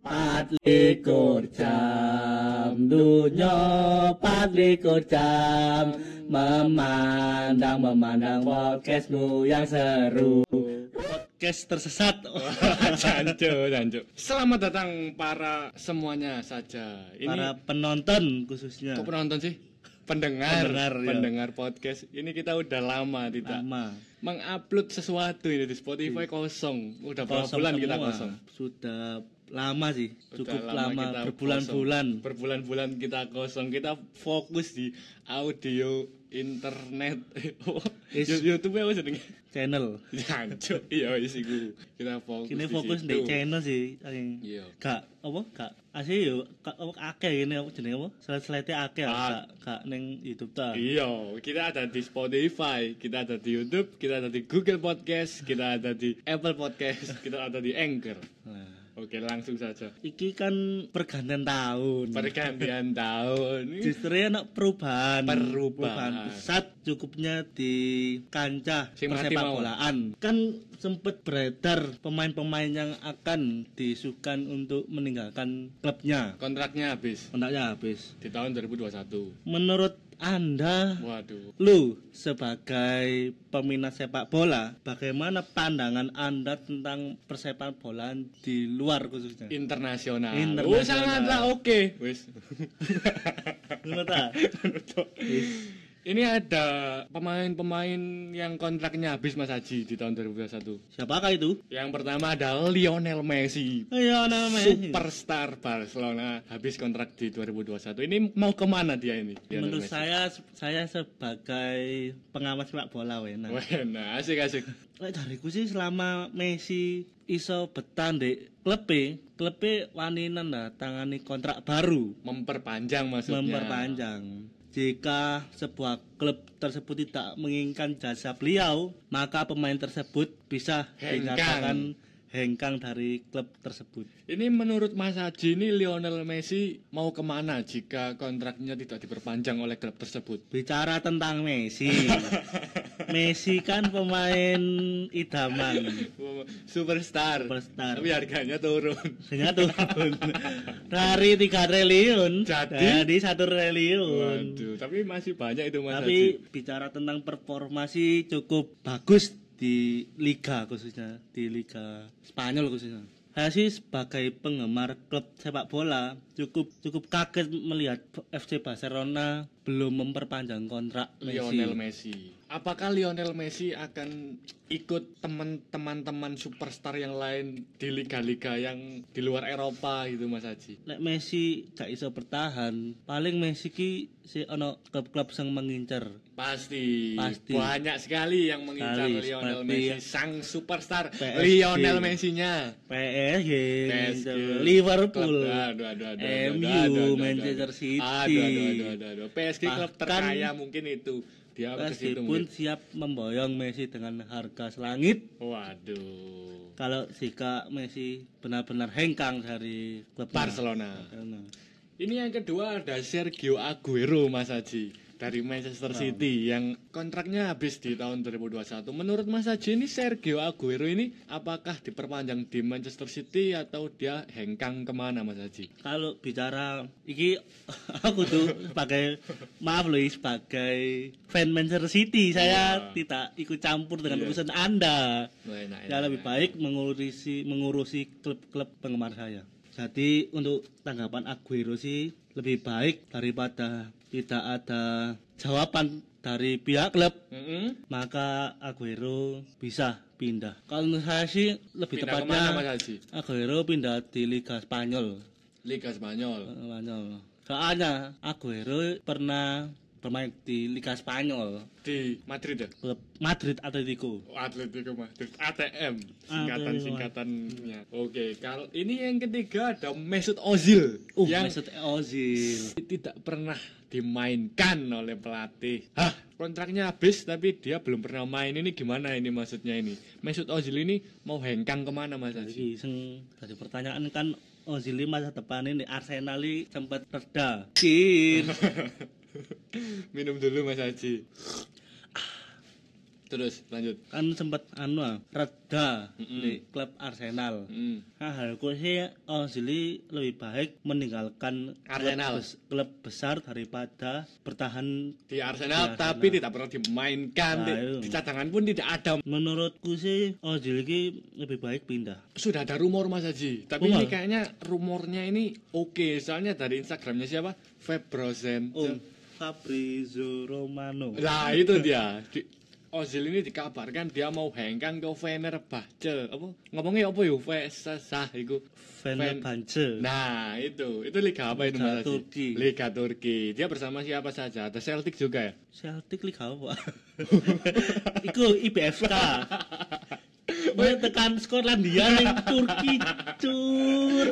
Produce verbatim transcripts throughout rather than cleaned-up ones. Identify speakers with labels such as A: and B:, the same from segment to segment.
A: Patlikur jam dunya, patlikur jam memandang memandang podcastmu yang seru. Podcast tersesat.
B: Jancu, jancu. Selamat datang para semuanya saja.
A: Ini para penonton khususnya.
B: Kok penonton sih? Pendengar,
A: pendengar,
B: pendengar
A: ya.
B: Podcast. Ini kita udah lama tidak
A: lama.
B: mengupload sesuatu ini di Spotify kosong. Udah berapa bulan semua. Kita kosong?
A: Sudah lama sih, cukup
B: lama,
A: lama berbulan-bulan.
B: Berbulan-bulan kita kosong. Kita fokus di audio internet. YouTube apa jenenge?
A: Channel.
B: Jancuk, iya wis iku. Kita fokus.
A: Kini fokus di channel sih.
B: Iya.
A: Gak apa? Gak asih yo apa akeh ngene apa jenenge apa? Slide-slide akeh gak gak ning YouTube ta.
B: Iya, kita ada di Spotify, kita ada di YouTube, kita ada di Google Podcast, kita ada di Apple Podcast, kita ada di Anchor. Nah. Oke, langsung saja.
A: Iki kan pergantian tahun.
B: Pergantian tahun.
A: Justru ada perubahan.
B: Perubahan.
A: Perubahan pesat cukupnya di kancah persepak bolaan. Kan sempat beredar pemain-pemain yang akan disukan untuk meninggalkan klubnya.
B: Kontraknya habis.
A: Kontraknya habis
B: di tahun dua ribu dua puluh satu.
A: Menurut Anda,
B: waduh,
A: lu sebagai peminat sepak bola, bagaimana pandangan Anda tentang persepak bola di luar khususnya?
B: Internasional.
A: Internasional.
B: Oh, sangatlah oke. Okay. Wis.
A: Menurut tak?
B: Ini ada pemain-pemain yang kontraknya habis Mas Haji di tahun dua ribu dua puluh satu.
A: Siapakah itu?
B: Yang pertama ada Lionel Messi.
A: Lionel Messi.
B: Superstar Barcelona habis kontrak di dua ribu dua puluh satu. Ini mau kemana dia ini? Lionel
A: Menurut
B: Messi.
A: saya saya sebagai pengamat sepak bola wena.
B: Wena, asik-asik.
A: Lek dariku sih selama Messi iso betan di klube, klube waninan lah tangani kontrak baru,
B: memperpanjang maksudnya.
A: Memperpanjang. Jika sebuah klub tersebut tidak menginginkan jasa beliau, maka pemain tersebut bisa dinyatakan hengkang dari klub tersebut.
B: Ini menurut Mas Haji ini Lionel Messi mau kemana jika kontraknya tidak diperpanjang oleh klub tersebut?
A: Bicara tentang Messi, Messi kan pemain idaman,
B: superstar,
A: superstar.
B: Tapi harganya turun.
A: Harganya turun dari tiga triliun
B: jadi,
A: jadi satu triliun.
B: Waduh, tapi masih banyak itu Mas
A: Tapi
B: Haji.
A: bicara tentang performa sih cukup bagus di liga khususnya, di liga Spanyol khususnya. Saya sih sebagai penggemar klub sepak bola cukup cukup kaget melihat F C Barcelona belum memperpanjang kontrak Messi.
B: Lionel Messi. Apakah Lionel Messi akan ikut teman-teman superstar yang lain di liga-liga yang di luar Eropa gitu Mas Haji?
A: Lek Messi gak iso bertahan, paling Messi ki si ono klub-klub yang mengincar.
B: Pasti.
A: Pasti.
B: Banyak sekali yang mengincar
A: Sekali,
B: Lionel
A: seperti
B: Messi, sang superstar
A: P S G.
B: Lionel Messi-nya.
A: P S G,
B: P S G,
A: Liverpool,
B: aduh, aduh, aduh,
A: M U,
B: aduh, aduh, aduh,
A: Manchester
B: aduh.
A: City.
B: Aduh, aduh, aduh, aduh, aduh. P S G klub
A: Bahkan
B: terkaya mungkin itu. Dia
A: meskipun siap memboyong Messi dengan harga selangit.
B: Waduh.
A: Kalau jika Messi benar-benar hengkang dari klub
B: Barcelona.
A: Barcelona.
B: Ini yang kedua ada Sergio Aguero Mas Haji dari Manchester City yang kontraknya habis di tahun dua ribu dua puluh satu. Menurut Mas Haji ini Sergio Aguero ini apakah diperpanjang di Manchester City atau dia hengkang kemana Mas Haji?
A: Kalau bicara iki aku tuh sebagai maaf loh sebagai fan Manchester City saya oh. tidak ikut campur dengan yeah. urusan Anda.
B: Nah, nah,
A: ya
B: nah,
A: lebih
B: nah.
A: baik mengurusi mengurusi klub-klub penggemar saya. Jadi untuk tanggapan Aguero sih lebih baik daripada tidak ada jawaban dari pihak klub,
B: mm-hmm.
A: maka Aguero bisa pindah. Kalau menurut saya sih lebih
B: pindah
A: tepatnya
B: kemana,
A: Aguero pindah di Liga Spanyol.
B: Liga Spanyol.
A: Spanyol. Soalnya Aguero pernah bermain di Liga Spanyol
B: di Madrid ya?
A: Klub Madrid Atletico.
B: Oh, Atletico Madrid. A T M singkatan-singkatannya. Oke, kalau ini yang ketiga ada Mesut Ozil
A: uh,
B: yang
A: Mesut Ozil
B: tidak pernah dimainkan oleh pelatih. Hah, kontraknya habis tapi dia belum pernah main. Ini gimana ini maksudnya ini? Mesut Ozil ini mau hengkang kemana Mas Haji?
A: Sing tadi pertanyaan kan Ozil masa depan ini Arsenal sempat reda. Kir.
B: Minum dulu Mas Haji. Terus lanjut.
A: Kan sempat anu ah, reda
B: Mm-mm.
A: di klub Arsenal.
B: Hmm.
A: Nah, harapanku sih Ozil lebih baik meninggalkan
B: Arsenal.
A: klub, bes- klub besar daripada bertahan.
B: Di Arsenal
A: Di Arsenal.
B: tapi tidak pernah dimainkan,
A: Nah,
B: di,
A: itu.
B: di cadangan pun tidak ada.
A: Menurutku sih Ozil ini lebih baik pindah.
B: Sudah ada rumor Mas Haji, tapi
A: Rumor?
B: ini kayaknya rumornya ini oke, soalnya dari Instagramnya siapa? Febrozen.
A: Om Fabrizio Romano.
B: Lah itu dia. Di, Ozil ini dikabarkan dia mau hengkang ke Fenerbahce. Apa ngomongnya apa ya? Vesasah iku.
A: Fenerbahce.
B: Nah, itu. Itu liga apa itu
A: Liga
B: Mas Haji?
A: Turki.
B: Liga Turki. Dia bersama siapa saja? Ada Celtic juga ya?
A: Celtic liga apa? Iku I B F K. Mau tekan Skotlandia ning Turki, cur.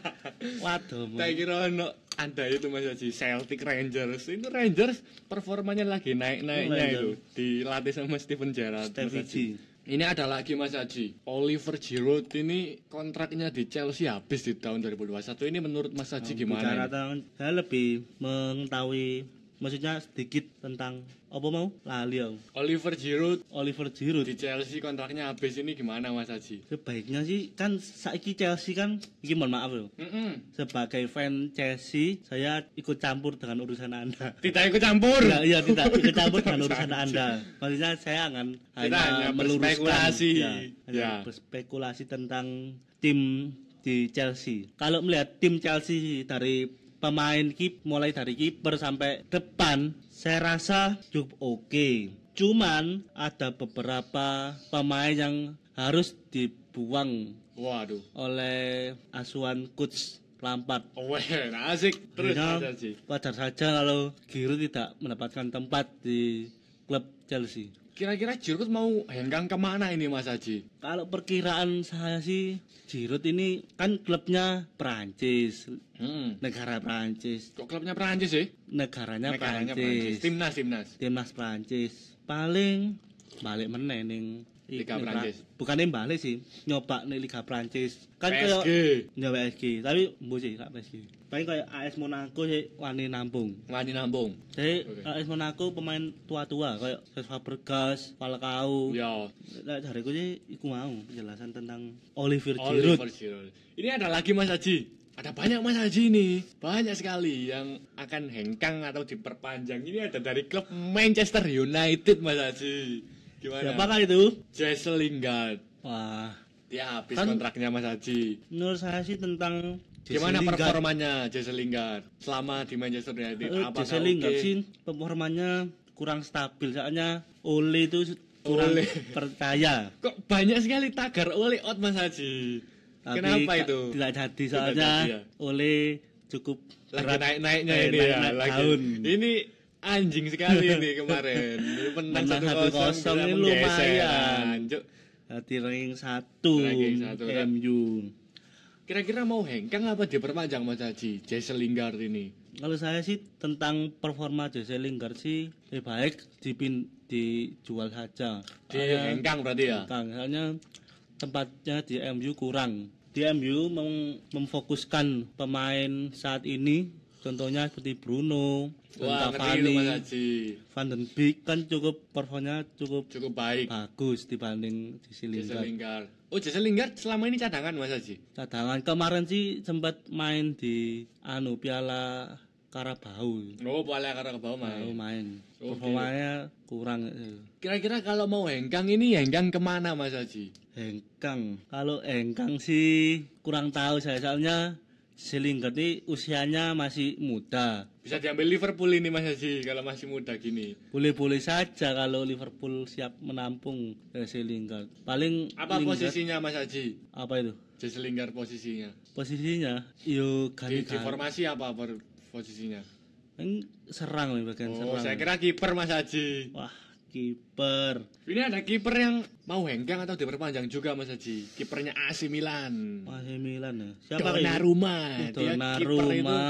A: Waduh.
B: Tak kira ono ada itu Mas Haji, Celtic Rangers. Itu Rangers performanya lagi naik-naiknya
A: Rangers.
B: itu. Dilatih sama Steven Gerrard. Mas
A: Stevie
B: Haji.
A: G.
B: Ini ada lagi Mas Haji. Oliver Giroud ini kontraknya di Chelsea habis di tahun dua ribu dua puluh satu. Ini menurut Mas Haji gimana?
A: Bicara
B: ini?
A: tentang saya lebih mengetahui maksudnya sedikit tentang apa mau? Lali aku.
B: Oliver Giroud
A: Oliver Giroud.
B: di Chelsea kontraknya habis ini gimana Mas Haji?
A: Sebaiknya sih kan saiki Chelsea kan iki mohon maaf loh.
B: Mm-mm.
A: Sebagai fan Chelsea, saya ikut campur dengan urusan Anda.
B: Tidak ikut campur.
A: Iya, iya tidak ikut campur dengan urusan Anda. Maksudnya saya akan
B: Kita hanya
A: meluruskan,
B: berspekulasi.
A: ya, hanya
B: Ya.
A: berspekulasi tentang tim di Chelsea. Kalau melihat tim Chelsea dari pemain kip mulai dari kiper sampai depan, saya rasa cukup oke. Cuman ada beberapa pemain yang harus dibuang
B: Waduh.
A: oleh asuhan coach Lampard.
B: Wah, asik. Terus
A: Ya,
B: Mas Haji.
A: wajar saja kalau Giroud tidak mendapatkan tempat di klub Chelsea.
B: Kira-kira Giroud mau hengkang kemana ini Mas Haji?
A: Kalau perkiraan saya sih Giroud ini kan klubnya Prancis,
B: Hmm.
A: negara Prancis,
B: Kok klubnya Prancis sih?
A: negaranya,
B: Negaranya
A: Prancis,
B: Timnas, timnas.
A: timnas Prancis. Paling balik meneh ning
B: Liga
A: ning
B: Prancis.
A: Pra- Bukan ning balik sih, nyoba ning Liga Prancis. Kan
B: P S G.
A: kayak ya P S G, tapi mbo sih gak P S G. Paling kayak A S Monaco sih wani nampung.
B: Wani nampung.
A: Jadi
B: Oke.
A: A S Monaco pemain tua-tua kayak Cesc Fabregas, Falcao.
B: Ya,
A: Lah jariku sih iku mau penjelasan tentang Oliver Giroud.
B: Oliver Giroud. Ini ada lagi Mas Haji. Ada banyak Mas Haji nih. Banyak sekali yang akan hengkang atau diperpanjang. Ini ada dari klub Manchester United Mas Haji. Gimana?
A: Siapakah itu?
B: Jesse Lingard.
A: Wah,
B: Dia habis
A: Kan-
B: kontraknya Mas Haji.
A: menurut saya sih tentang Jesse
B: Gimana
A: Lingard.
B: performanya Jesse Lingard selama di Manchester United?
A: Eh,
B: Apakah
A: Jesse Lingard
B: oke?
A: sih performanya kurang stabil. Soalnya Ole itu kurang
B: Ole.
A: percaya.
B: Kok banyak sekali tagar oleh out Mas Haji?
A: Tapi
B: Kenapa
A: tak-
B: itu?
A: Tidak jadi
B: Tidak
A: soalnya
B: jadi ya?
A: Ole cukup
B: Lagi
A: berat.
B: naik-naiknya
A: Eh,
B: ini ya,
A: naik-naik
B: lagi.
A: daun.
B: Ini anjing sekali nih kemarin. Menang
A: Menang
B: satu
A: satu
B: kosong
A: kosong
B: bisa
A: ini
B: menggeser.
A: lumayan.
B: Cuk.
A: Hati ranking satu
B: Ranking satu, kan?
A: M U.
B: Kira-kira mau hengkang apa diperpanjang Mas Haji? Jesse Lingard ini.
A: Kalau saya sih tentang performa Jesse Lingard sih lebih baik dipin dijual saja.
B: Di
A: Soalnya-
B: hengkang berarti ya?
A: Hengkang. Soalnya tempatnya di M U kurang. Di M U mem- memfokuskan pemain saat ini, contohnya seperti Bruno,
B: Wah,
A: dan
B: ngeri itu Mas
A: Cavani,
B: Haji.
A: Van den Beek kan cukup performanya cukup
B: Cukup baik.
A: bagus dibanding Jesse
B: Jesse
A: Lingard.
B: Lingard. Oh, Jesse Lingard selama ini cadangan Mas Haji?
A: Cadangan kemarin sih sempat main di anu Piala Karabau.
B: Oh, Piala Karabau
A: Mau
B: main.
A: main.
B: Oke.
A: Performanya kurang. eh.
B: Kira-kira kalau mau hengkang ini hengkang kemana Mas Haji?
A: Hengkang. Kalau hengkang sih kurang tahu saya soalnya Jesse Lingard ini usianya masih muda.
B: Bisa diambil Liverpool ini Mas Haji kalau masih muda gini.
A: Boleh-boleh saja kalau Liverpool siap menampung Jesse Lingard. Paling
B: Apa
A: Lingard-
B: posisinya Mas Haji?
A: Apa itu?
B: Jesse Lingard posisinya.
A: Posisinya yo
B: Di,
A: ganti
B: di formasi apa per- posisinya?
A: Ini serang nih bagian
B: Oh,
A: serang.
B: saya kira kiper Mas Haji.
A: Wah, kiper.
B: Ini ada kiper yang mau hengkang atau diperpanjang juga Mas Haji. Kipernya A C Milan.
A: A C Milan ya. Siapa ini?
B: Donnarumma. Dia kiper itu
A: Donnarumma.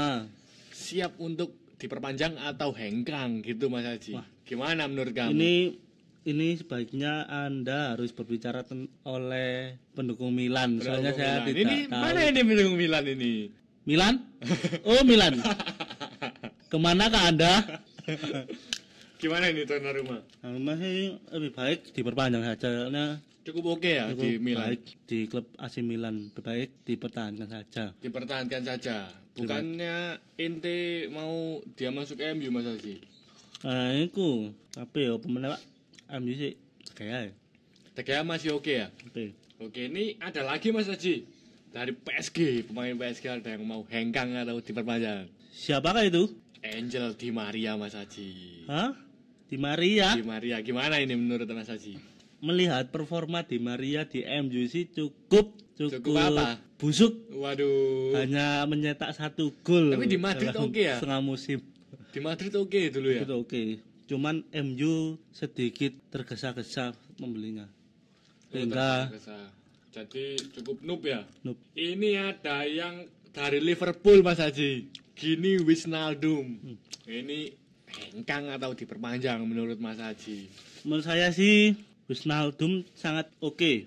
B: siap untuk diperpanjang atau hengkang gitu Mas Haji.
A: Wah.
B: Gimana menurut kamu?
A: Ini ini sebaiknya Anda harus berbicara ten- oleh pendukung Milan. Soalnya
B: Pendukung
A: saya
B: Milan.
A: tidak
B: Ini
A: tahu.
B: mana ini pendukung Milan ini?
A: Milan? Oh, Milan. Kemana kah Anda?
B: Gimana ini tuan rumah?
A: Nah, masih lebih baik diperpanjang saja karena
B: Cukup oke ya
A: cukup
B: di Milan.
A: baik di klub A C Milan, lebih baik dipertahankan saja.
B: Dipertahankan saja. Bukannya ente mau dia masuk M U Mas Haji?
A: Nah, itu tapi ya pemain Pak M U sih kayak
B: Tegaya masih oke ya?
A: oke.
B: Oke, ini ada lagi Mas Haji. Dari P S G, pemain P S G ada yang mau hengkang atau diperpanjang.
A: Siapakah itu?
B: Angel Di Maria Mas Haji.
A: Hah? Di Maria?
B: Di Maria gimana ini menurut Mas Haji?
A: Melihat performa Di Maria di M U sih cukup cukup,
B: Cukup apa?
A: busuk.
B: Waduh.
A: Hanya mencetak satu gol.
B: Tapi di Madrid
A: dalam
B: oke ya?
A: Setengah musim.
B: Di Madrid oke dulu ya?
A: Itu oke. Cuman M U sedikit tergesa-gesa membelinya. Sehingga
B: Oh, jadi cukup noob ya?
A: Noob.
B: Ini ada yang dari Liverpool Mas Haji. Gini Wijnaldum.
A: Hmm.
B: Ini hengkang atau diperpanjang menurut Mas Haji?
A: menurut saya sih Wijnaldum sangat oke.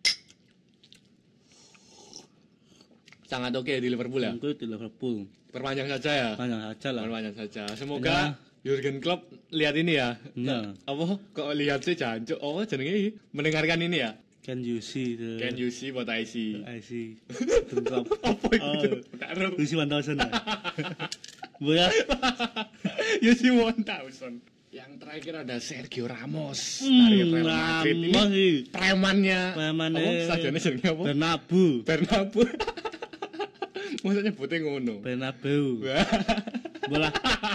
B: Sangat oke di Liverpool ya?
A: Untuk di Liverpool.
B: Perpanjang saja ya?
A: Panjang aja lah.
B: Perpanjang saja. Semoga Jurgen Klopp lihat ini ya.
A: Ya.
B: Apa kok lihat sih jancuk? Oh jenenge mendengarkan ini ya.
A: Can you see the
B: Can you see what I see?
A: I see. Tengkap.
B: Apa itu? Karo.
A: You see one thousand. Bu ya.
B: You see one thousand. Yang terakhir ada Sergio Ramos
A: Hmm,
B: dari Real Madrid. Ini
A: Ramos sih.
B: premannya.
A: Premannya.
B: Apa stadionnya jenenge apa?
A: Bernabeu.
B: Bernabeu. Maksudnya nyebutnya ngono.
A: Bernabeu. Bola.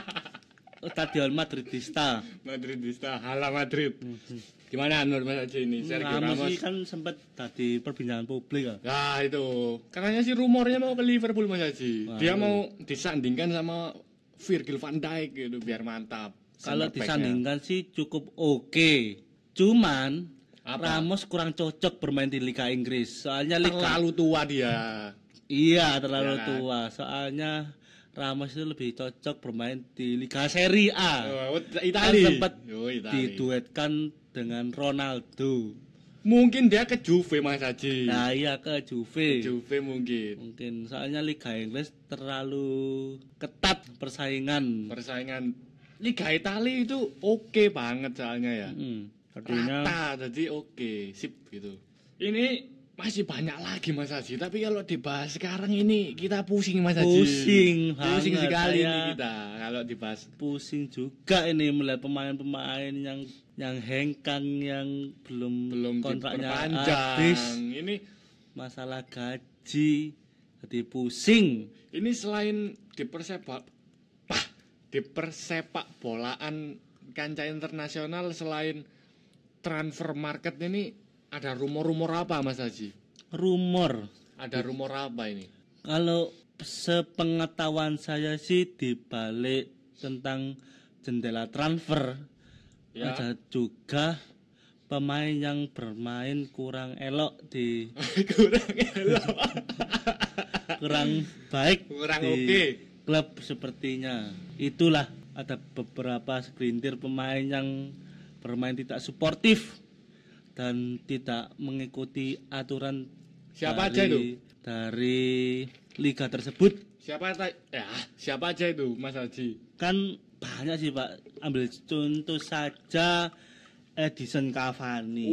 A: Stadion Madridista.
B: Madridista, hala Madrid. Gimana menurut Mas Haji ini Sergio
A: Ramos
B: Ramos?
A: sih kan sempat tadi perbincangan publik kan.
B: Nah itu, katanya sih rumornya mau ke Liverpool Mas Haji.
A: Wah,
B: Dia
A: iya.
B: mau disandingkan sama Virgil van Dijk gitu biar mantap.
A: Kalau
B: Center back-nya.
A: disandingkan sih cukup oke. Cuman
B: Apa?
A: Ramos kurang cocok bermain di Liga Inggris. Soalnya Liga
B: Terlalu tua dia.
A: Iya, terlalu
B: Iya kan?
A: tua. Soalnya Ramos itu lebih cocok bermain di Liga Serie A.
B: Oh,
A: Kan
B: Itali.
A: sempat
B: Oh, Itali.
A: diduetkan dengan Ronaldo.
B: Mungkin dia ke Juve Mas Haji.
A: Nah, iya ke Juve.
B: Juve mungkin.
A: Mungkin soalnya Liga Inggris terlalu ketat persaingan.
B: Persaingan Liga Italia itu oke banget soalnya ya.
A: Hmm, artinya
B: Rata, jadi oke, sip gitu. Ini masih banyak lagi Mas Haji, tapi kalau dibahas sekarang ini kita pusing Mas Haji.
A: Pusing
B: pusing
A: banget,
B: sekali
A: saya.
B: ini kita kalau dibahas.
A: pusing juga ini melihat pemain-pemain yang yang hengkang yang belum,
B: Belum
A: kontraknya
B: diperpanjang.
A: habis,
B: Ini
A: masalah gaji, jadi pusing.
B: ini selain di persepak pah, di persepak bolaan kancah internasional, selain transfer market ini ada rumor-rumor apa Mas Haji?
A: Rumor,
B: Ada rumor apa ini?
A: kalau sepengetahuan saya sih dibalik tentang jendela transfer
B: Ya.
A: ada juga pemain yang bermain kurang elok di
B: Kurang elok.
A: kurang baik
B: Kurang
A: di
B: oke.
A: klub sepertinya. Itulah ada beberapa segelintir pemain yang bermain tidak suportif dan tidak mengikuti aturan
B: Siapa
A: dari,
B: aja itu?
A: dari liga tersebut.
B: Siapa ta- ya, siapa aja itu Mas Haji?
A: Kan banyak sih Pak. Ambil contoh saja Edison Cavani.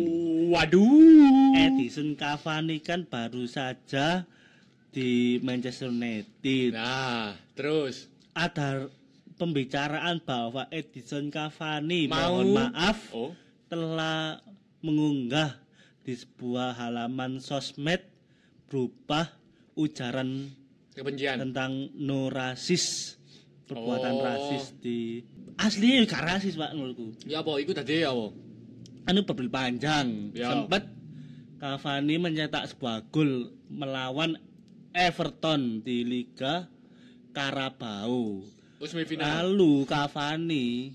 B: Waduh.
A: Edison Cavani kan baru saja di Manchester United.
B: Nah, terus
A: Ada pembicaraan bahwa Edison Cavani
B: Mau-
A: mohon maaf
B: oh,
A: telah mengunggah di sebuah halaman sosmed berupa ujaran
B: kebencian.
A: tentang no rasis, perbuatan
B: Oh.
A: rasis di aslinya gak rasis Pak menurutku.
B: Ya apa iku tadi ya apa?
A: Anu berdiri panjang
B: Ya.
A: sempat Cavani mencetak sebuah gol melawan Everton di Liga Carabao.
B: Oh, semifinal.
A: Lalu Cavani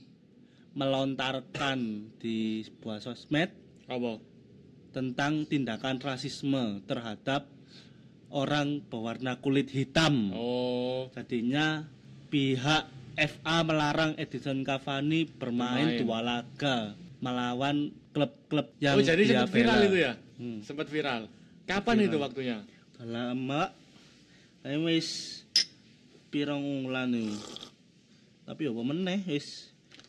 A: melontarkan di sebuah sosmed
B: Apa?
A: tentang tindakan rasisme terhadap orang berwarna kulit hitam.
B: Oh,
A: Jadinya pihak F A melarang Edison Cavani bermain
B: Bermain.
A: dua laga melawan klub-klub yang
B: oh jadi
A: dia
B: sempat viral
A: bela.
B: itu ya?
A: Hmm.
B: Sempat viral. Kapan
A: Viral.
B: itu waktunya?
A: Lama, saya wis pirang wulan nih. Tapi apa meneh wis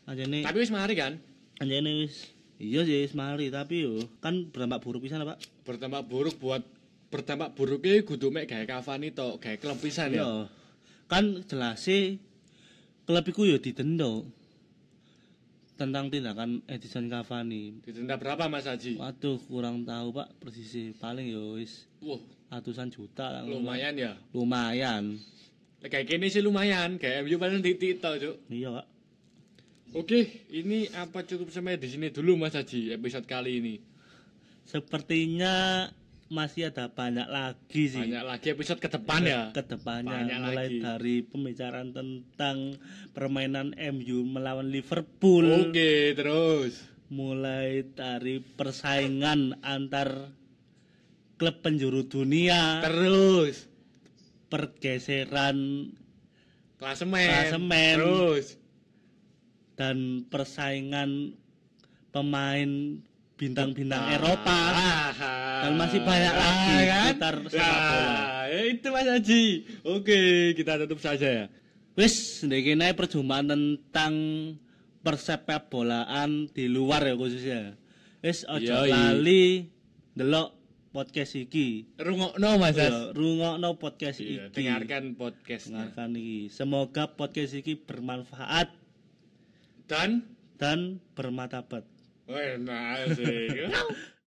A: Anjene
B: Tapi wis mari kan?
A: anjene wis iya sih wis mari tapi yo kan berdampak buruk pisan Pak.
B: Berdampak buruk buat berdampak buruknya kudu mek gawe Cavani tok, gawe klub pisan ya.
A: Iya. Kan jelas sih klub iku yo didenda tentang tindakan Edison Cavani.
B: Didenda berapa Mas Haji?
A: Waduh, kurang tahu Pak persisnya. Paling yo wis
B: Wah,
A: ratusan juta lah.
B: lumayan ya.
A: Lumayan.
B: Lek kayak gini sih lumayan, kayak M U paling titik tok, Cuk.
A: Iya, Pak.
B: Oke, ini apa cukup sampai di sini dulu Mas Haji episode kali ini.
A: Sepertinya masih ada banyak lagi sih.
B: Banyak lagi episode ke depan ya.
A: Kedepannya
B: Banyak
A: mulai
B: lagi.
A: dari pembicaraan tentang permainan M U melawan Liverpool.
B: Oke, terus.
A: Mulai dari persaingan antar klub penjuru dunia,
B: Terus.
A: pergeseran
B: Klasemen.
A: Klasemen.
B: Terus.
A: dan persaingan pemain bintang-bintang
B: Ah,
A: Eropa
B: ah,
A: dan masih banyak
B: ah,
A: lagi
B: kan?
A: seputar sepak bola.
B: Ah, ya itu Mas Haji. Oke, kita tutup saja ya.
A: Wis, ndek kene perjumpaan tentang persepak bolaan di luar ya khususnya. Wis aja
B: Yoi.
A: lali ndelok podcast iki.
B: Rungokno Mas Has.
A: Ya, rungokno podcast
B: Iya,
A: iki.
B: dengarkan podcastnya.
A: Dengarkan iki. Semoga podcast iki bermanfaat
B: Dan
A: dan bermartabat.
B: wah, nah sih.